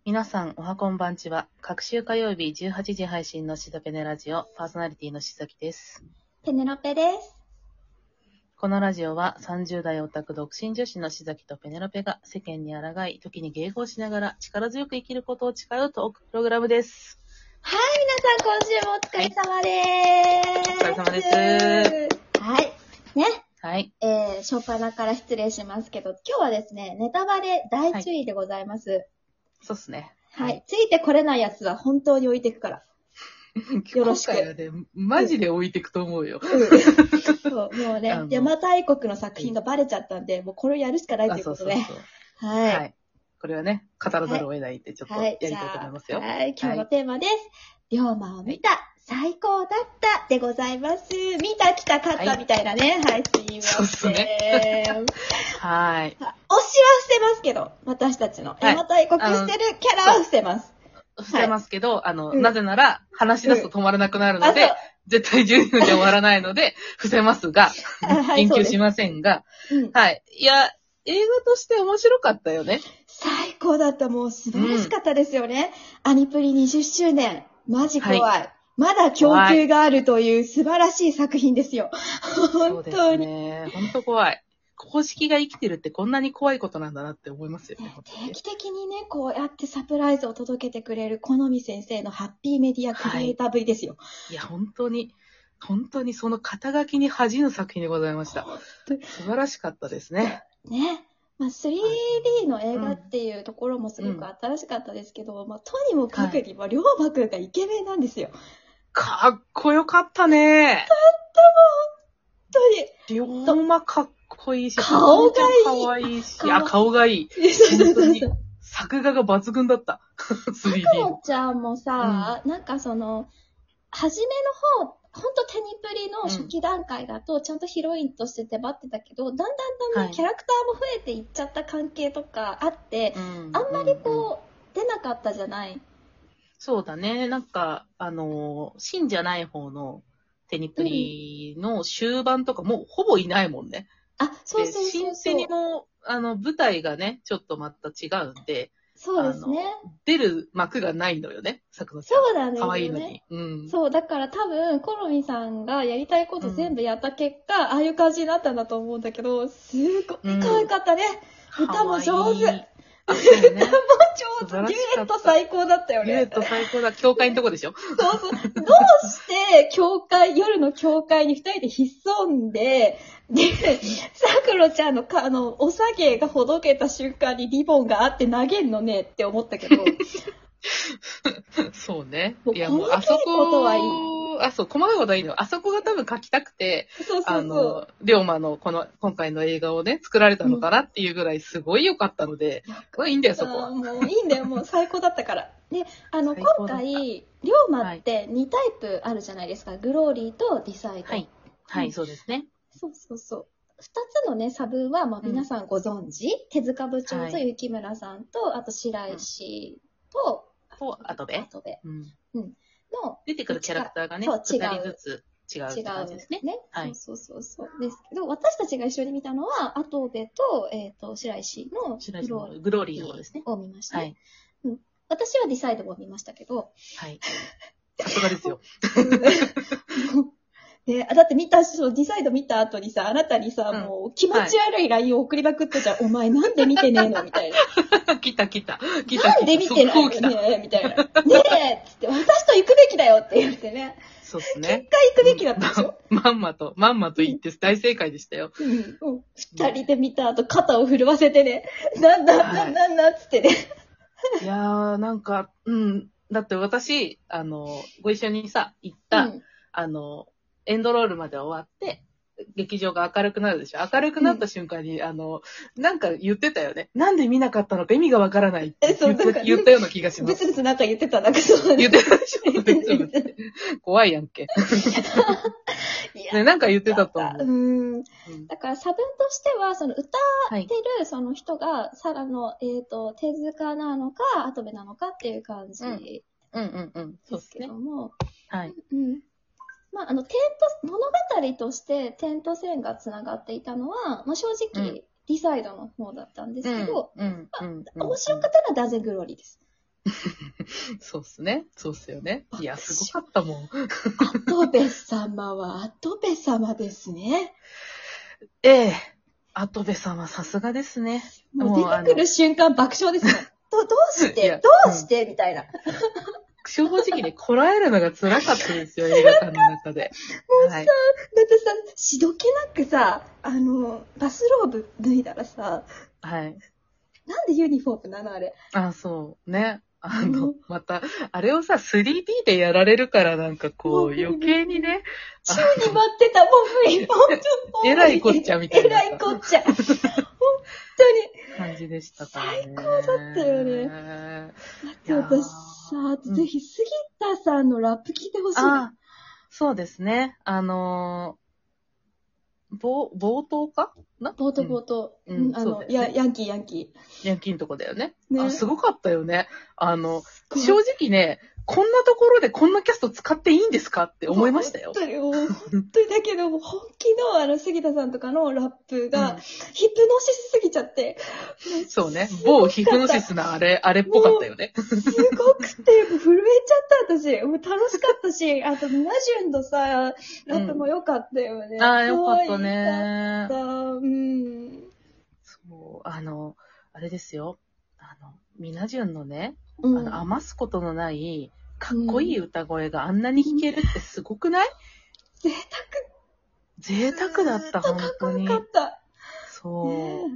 皆さん、おはこんばんちは。各週火曜日18時配信のシドペネラジオ、パーソナリティのしざきです。 ペネロペです。 このラジオは30代オタク独身女子のしざきとペネロペが世間に抗い、時に迎合しながら力強く生きることを誓うトークプログラムです。 はい、皆さん今週もお疲れ様です。 お疲れ様です。 はい。ね。 はい。 初っ端から失礼しますけど、今日はですね、ネタバレ大注意でございます。 そうっすね。 はい。ついてこれないやつは本当に置いていくから。よろしく。 今回はね、マジで置いていくと思うよ。 そう、もうね、邪馬台国の作品がバレちゃったんで、もうこれをやるしかないということで。 そうはい。 はい。これはね、語らざるを得ないんで、ちょっとやりたいと思いますよ。 はい、今日のテーマです。龍馬を見た、最高だったでございます。見た、来た、勝ったみたいなね。はい、すいません。 そうっすね。はい。 推しは伏せますけど、私たちの。邪馬台国してるキャラは伏せます。 伏せますけど、なぜなら、話し出すと止まらなくなるので、絶対12分で終わらないので、伏せますが、言及しませんが、はい。いや、映画として面白かったよね。 最高だった。もう素晴らしかったですよね。アニプリ20周年。マジ怖い。はい、まだ供給があるという素晴らしい作品ですよ。本当に。そうですね。本当怖い。公式が生きてるってこんなに怖いことなんだなって思いますよね。 定期的にね、こうやってサプライズを届けてくれる好み先生のハッピーメディアクリエイターぶりですよ。 はい、いや、本当にその肩書きに恥じぬ作品でございました。素晴らしかったですね。 ね。まあ、3D の映画っていうところもすごく新しかったですけど、まあ、とにもかくにも、龍馬くんがイケメンなんですよ。 かっこよかったね。 本当に。 龍馬かっこいいし、 顔がいい。 可愛いし、顔がいい。本当に作画が抜群だった。3D。 さくのちゃんもさ、なんかその、初めの方、ほんとテニプリの初期段階だと、ちゃんとヒロインとして出張ってたけど、だんだんキャラクターも増えていっちゃった関係とかあって、あんまりこう、出なかったじゃない。 そうだね。なんか、真じゃない方のテニプリの終盤とかもうほぼいないもんね。 あ、そうそうそうそう。 新テニも、舞台がね、ちょっとまた違うんで、 そうですね。 出る幕がないのよね、作のちゃん。 そうなんですよね。 可愛いのに。 そう、だから多分、コロミさんがやりたいこと全部やった結果、ああいう感じになったんだと思うんだけど、すごい可愛かったね。歌も上手。 あ、そうね。 歌も上手。デュエット最高だったよね。 デュエット最高だ。教会のとこでしょ。 そうそう。どうして夜の教会に二人で潜んで、さくらちゃんのお下げがほどけた瞬間にリボンがあって投げんのねって思ったけど。 そうね。 いやもうあそこはいい。 そう、細かいことはいいの。あそこが多分書きたくて、龍馬の今回の映画をね、作られたのかなっていうぐらいすごい良かったので、いいんだよ、そこは。 もういいんだよ、もう最高だったから。で、今回、龍馬って2タイプあるじゃないですか。グローリーとディサイド。 はい、そうですね。 そう。2つのね、差分は、まあ皆さんご存知、手塚部長と雪村さんと、あと白石と、 後部。 の出てくるキャラクターがね、2人ずつ違うって感じですね。 はい。そう。ですけど、私たちが一緒に見たのは、後部と、白石のグローリーの方ですね。 を見ました。はい。私はディサイドを見ましたけど。 はい。さすがですよ。 で、だってディサイド見た後にさ、あなたにさ、もう気持ち悪い LINE を送りまくってたじゃん。お前なんで見てねえのみたいな。 来た。 なんで見てないのねみたいな。ねえつって、私と行くべきだよって言ってね。 そうっすね。 結果行くべきだったでしょ。 まんまと言って大正解でしたよ。 二人で見た後、肩を震わせてね。なんだつってね。 いやー、なんか、だって私、ご一緒にさ、行った、エンドロールまで終わって、劇場が明るくなるでしょ。明るくなった瞬間に、なんか言ってたよね。なんで見なかったのか意味がわからないって言ったような気がします。 ブツブツなんか言ってたんだけど。 言ってたでしょ。ブツブツ。怖いやんけ。ね、なんか言ってたと思う。 だから差分としては、その歌ってるその人が、手塚なのか、跡部なのかっていう感じですけども。 はい。 まあ、物語として点と線がつながっていたのは、まあ、正直、ディサイドの方だったんですけど、面白かったのは断然グローリーです。 そうっすね。そうっすよね。いや、すごかったもん。 跡部様は跡部様ですね。 ええ。跡部様、さすがですね。 もう出てくる瞬間爆笑ですもん。どうしいやてどうしてみたいな。 正直ね、こらえるのが辛かったですよ、映画館の中で。 もうさ、 はい。 だってさ、しどけなくさ、バスローブ脱いだらさ、 はい。 なんでユニフォームなのあれ。 あ、そう。ね。また、あれをさ、3D でやられるからなんかこう、余計にね、 宙に舞ってた、もう無理。もうちょっと。 えらいこっちゃみたいなえらいこっちゃ。本当に。 感じでしたからね。 最高だったよね。 ああと私さ、ぜひ杉田さんのラップ聞いてほしい。 あ、そうですね。冒頭かな冒頭冒頭。 そうだよね。 ヤンキー。 ヤンキーのとこだよね。 ね。 すごかったよね。正直ね、こんなところでこんなキャスト使っていいんですかって思いましたよ。 本当にだけど、本気の杉田さんとかのラップが、ヒプノシスすぎちゃって。 そうね。某ヒプノシスなあれっぽかったよね。 すごくて、もう震えちゃった私。もう楽しかったし、あと、ナジュンのさ、ラップも良かったよね。 ああ、良かったね。そう、あれですよ。ミナジュンのね、余すことのない、かっこいい歌声があんなに聴けるってすごくない？贅沢だった、本当に。 かっこよかった。 そう。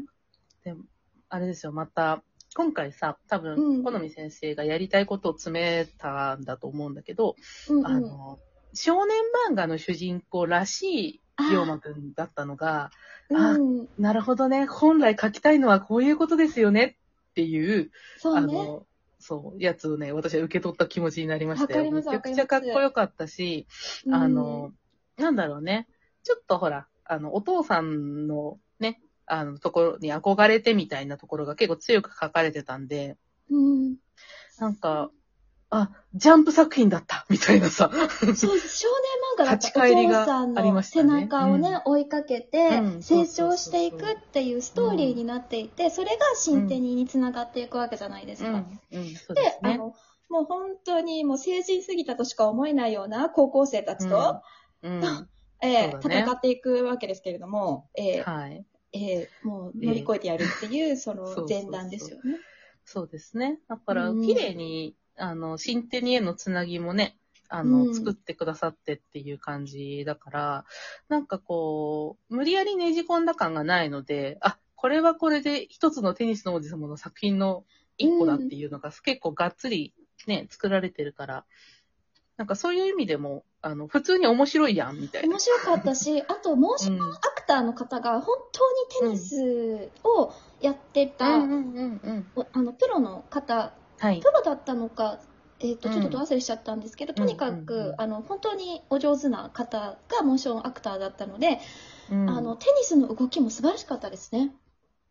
でも、あれですよ、また、今回さ、多分、好み先生がやりたいことを詰めたんだと思うんだけど、少年漫画の主人公らしい龍馬くんだったのが、なるほどね、本来書きたいのはこういうことですよねっていう、やつをね、私は受け取った気持ちになりましたよ。めちゃくちゃかっこよかったし、なんだろうね、ちょっとほら、お父さんのね、ところに憧れてみたいなところが結構強く書かれてたんで、なんか、ジャンプ作品だったみたいなさ。 そう、少年漫画だったお父さんの背中をね、追いかけて、成長していくっていうストーリーになっていて、それが新テニにつながっていくわけじゃないですか。で、もう本当にもう成人すぎたとしか思えないような高校生たちと、戦っていくわけですけれども、もう乗り越えてやるっていう、その前段ですよね。 そうですね。だから、綺麗に、新テニへのつなぎもね、作ってくださってっていう感じだから、なんかこう、無理やりねじ込んだ感がないので、これはこれで一つのテニスの王子様の作品の一個だっていうのが結構がっつりね、作られてるから、なんかそういう意味でも、普通に面白いやん、みたいな。 面白かったし、あと、モーションアクターの方が本当にテニスをやってた、プロの方、プロだったのか、ちょっとど忘れしちゃったんですけど、とにかく、本当にお上手な方がモーションアクターだったので、テニスの動きも素晴らしかったですね。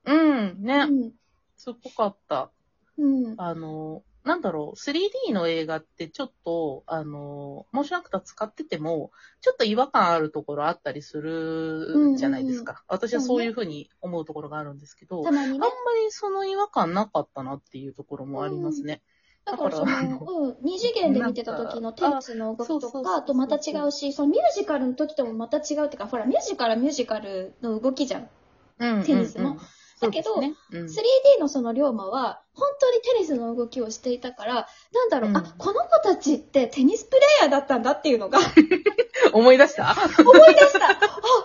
すごかった。なんだろう、3D の映画ってちょっと、モーションアクター使ってても、ちょっと違和感あるところあったりするじゃないですか。私はそういうふうに思うところがあるんですけど、あんまりその違和感なかったなっていうところもありますね。 だから二次元で見てた時のテニスの動きとかとまた違うし、そのミュージカルの時ともまた違うっていうか、ほら、ミュージカルの動きじゃん。テニスも。だけど、3D のその龍馬は、本当にテニスの動きをしていたから、なんだろう、この子たちってテニスプレイヤーだったんだっていうのが。 思い出した思い出した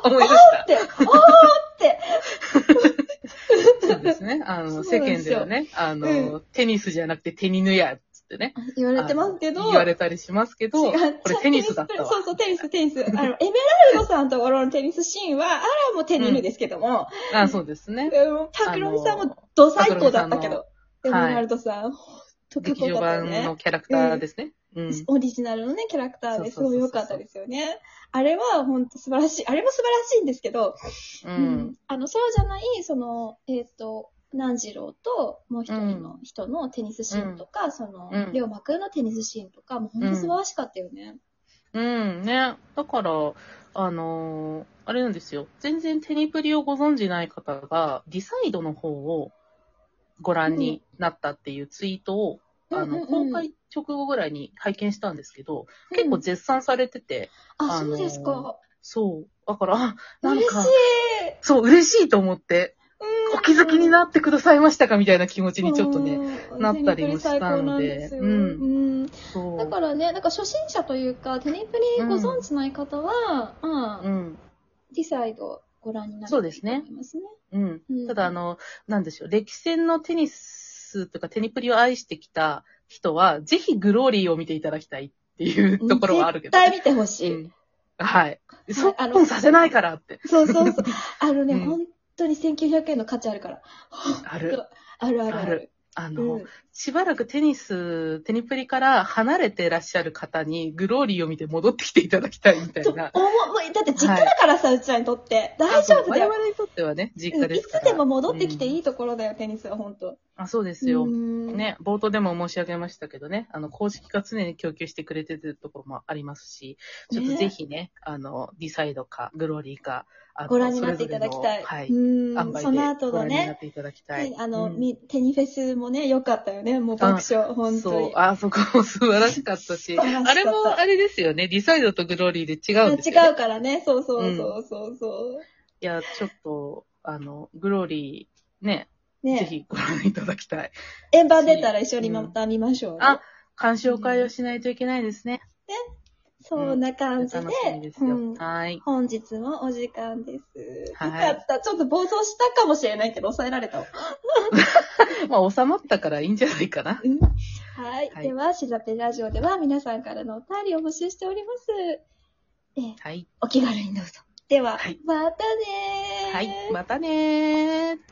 そうですね。世間ではね、テニスじゃなくてテニヌやってね。 言われてますけど。 言われたりしますけど、これテニスだったわ。 そう、テニス。エメラルドさんところのテニスシーンは、あれはもうテニヌですけども。 そうですね。 パクロミさんもド最高だったけど。エメラルドさん、 劇場版のキャラクターですね。 オリジナルのね、キャラクターですごい良かったですよね。あれは本当素晴らしい。あれも素晴らしいんですけど、そうじゃない、南次郎ともう一人の人のテニスシーンとか、龍馬くんのテニスシーンとか、もう本当素晴らしかったよね。 ね。だから、あれなんですよ。全然テニプリをご存じない方が、ディサイドの方をご覧になったっていうツイートを、 公開直後ぐらいに拝見したんですけど、結構絶賛されてて。 そうですか。 そう。だから、なんか、 嬉しい。 そう、嬉しいと思って、お気づきになってくださいましたかみたいな気持ちにちょっとね、なったりもしたので。 そう。だからね、なんか初心者というか、テニプリご存知ない方は、ディサイドご覧になると思いますね。 ただなんでしょう、歴戦のテニスとかテニプリを愛してきた人は、ぜひグローリーを見ていただきたいっていうところはあるけど、 絶対見てほしい。 はい。損させないからって。 そう。本当に1900円の価値あるから。ある。 しばらくテニプリから離れてらっしゃる方に、グローリーを見て戻ってきていただきたいみたいな。 だって実家だからさ、うちらにとって。大丈夫だよ。 我々にとってはね、実家ですから。 いつでも戻ってきていいところだよ、テニスは、本当。 そうですよ。ね、冒頭でも申し上げましたけどね、公式が常に供給してくれてるところもありますし、ちょっとぜひね、ディサイドか、グローリーか、 ご覧になっていただきたい。 はい。 その後のね、 ご覧になっていただきたい。 テニフェスもね、良かったよね、もう爆笑、本当に。 そう、そこも素晴らしかったし、あれもあれですよね、ディサイドとグローリーで違うんですよね。 違うからね、そう。 いや、ちょっと、グローリー、ね、ぜひご覧いただきたい。 円盤出たら一緒にまた見ましょうね。 鑑賞会をしないといけないですね。 そんな感じで、 はい。 本日もお時間です。よかった。ちょっと暴走したかもしれないけど、抑えられたわ。 収まったからいいんじゃないかな。 はい。では、しざぺラジオでは皆さんからのお便りを募集しております。 はい。 お気軽にどうぞ。では、またねー。 はい、またねー。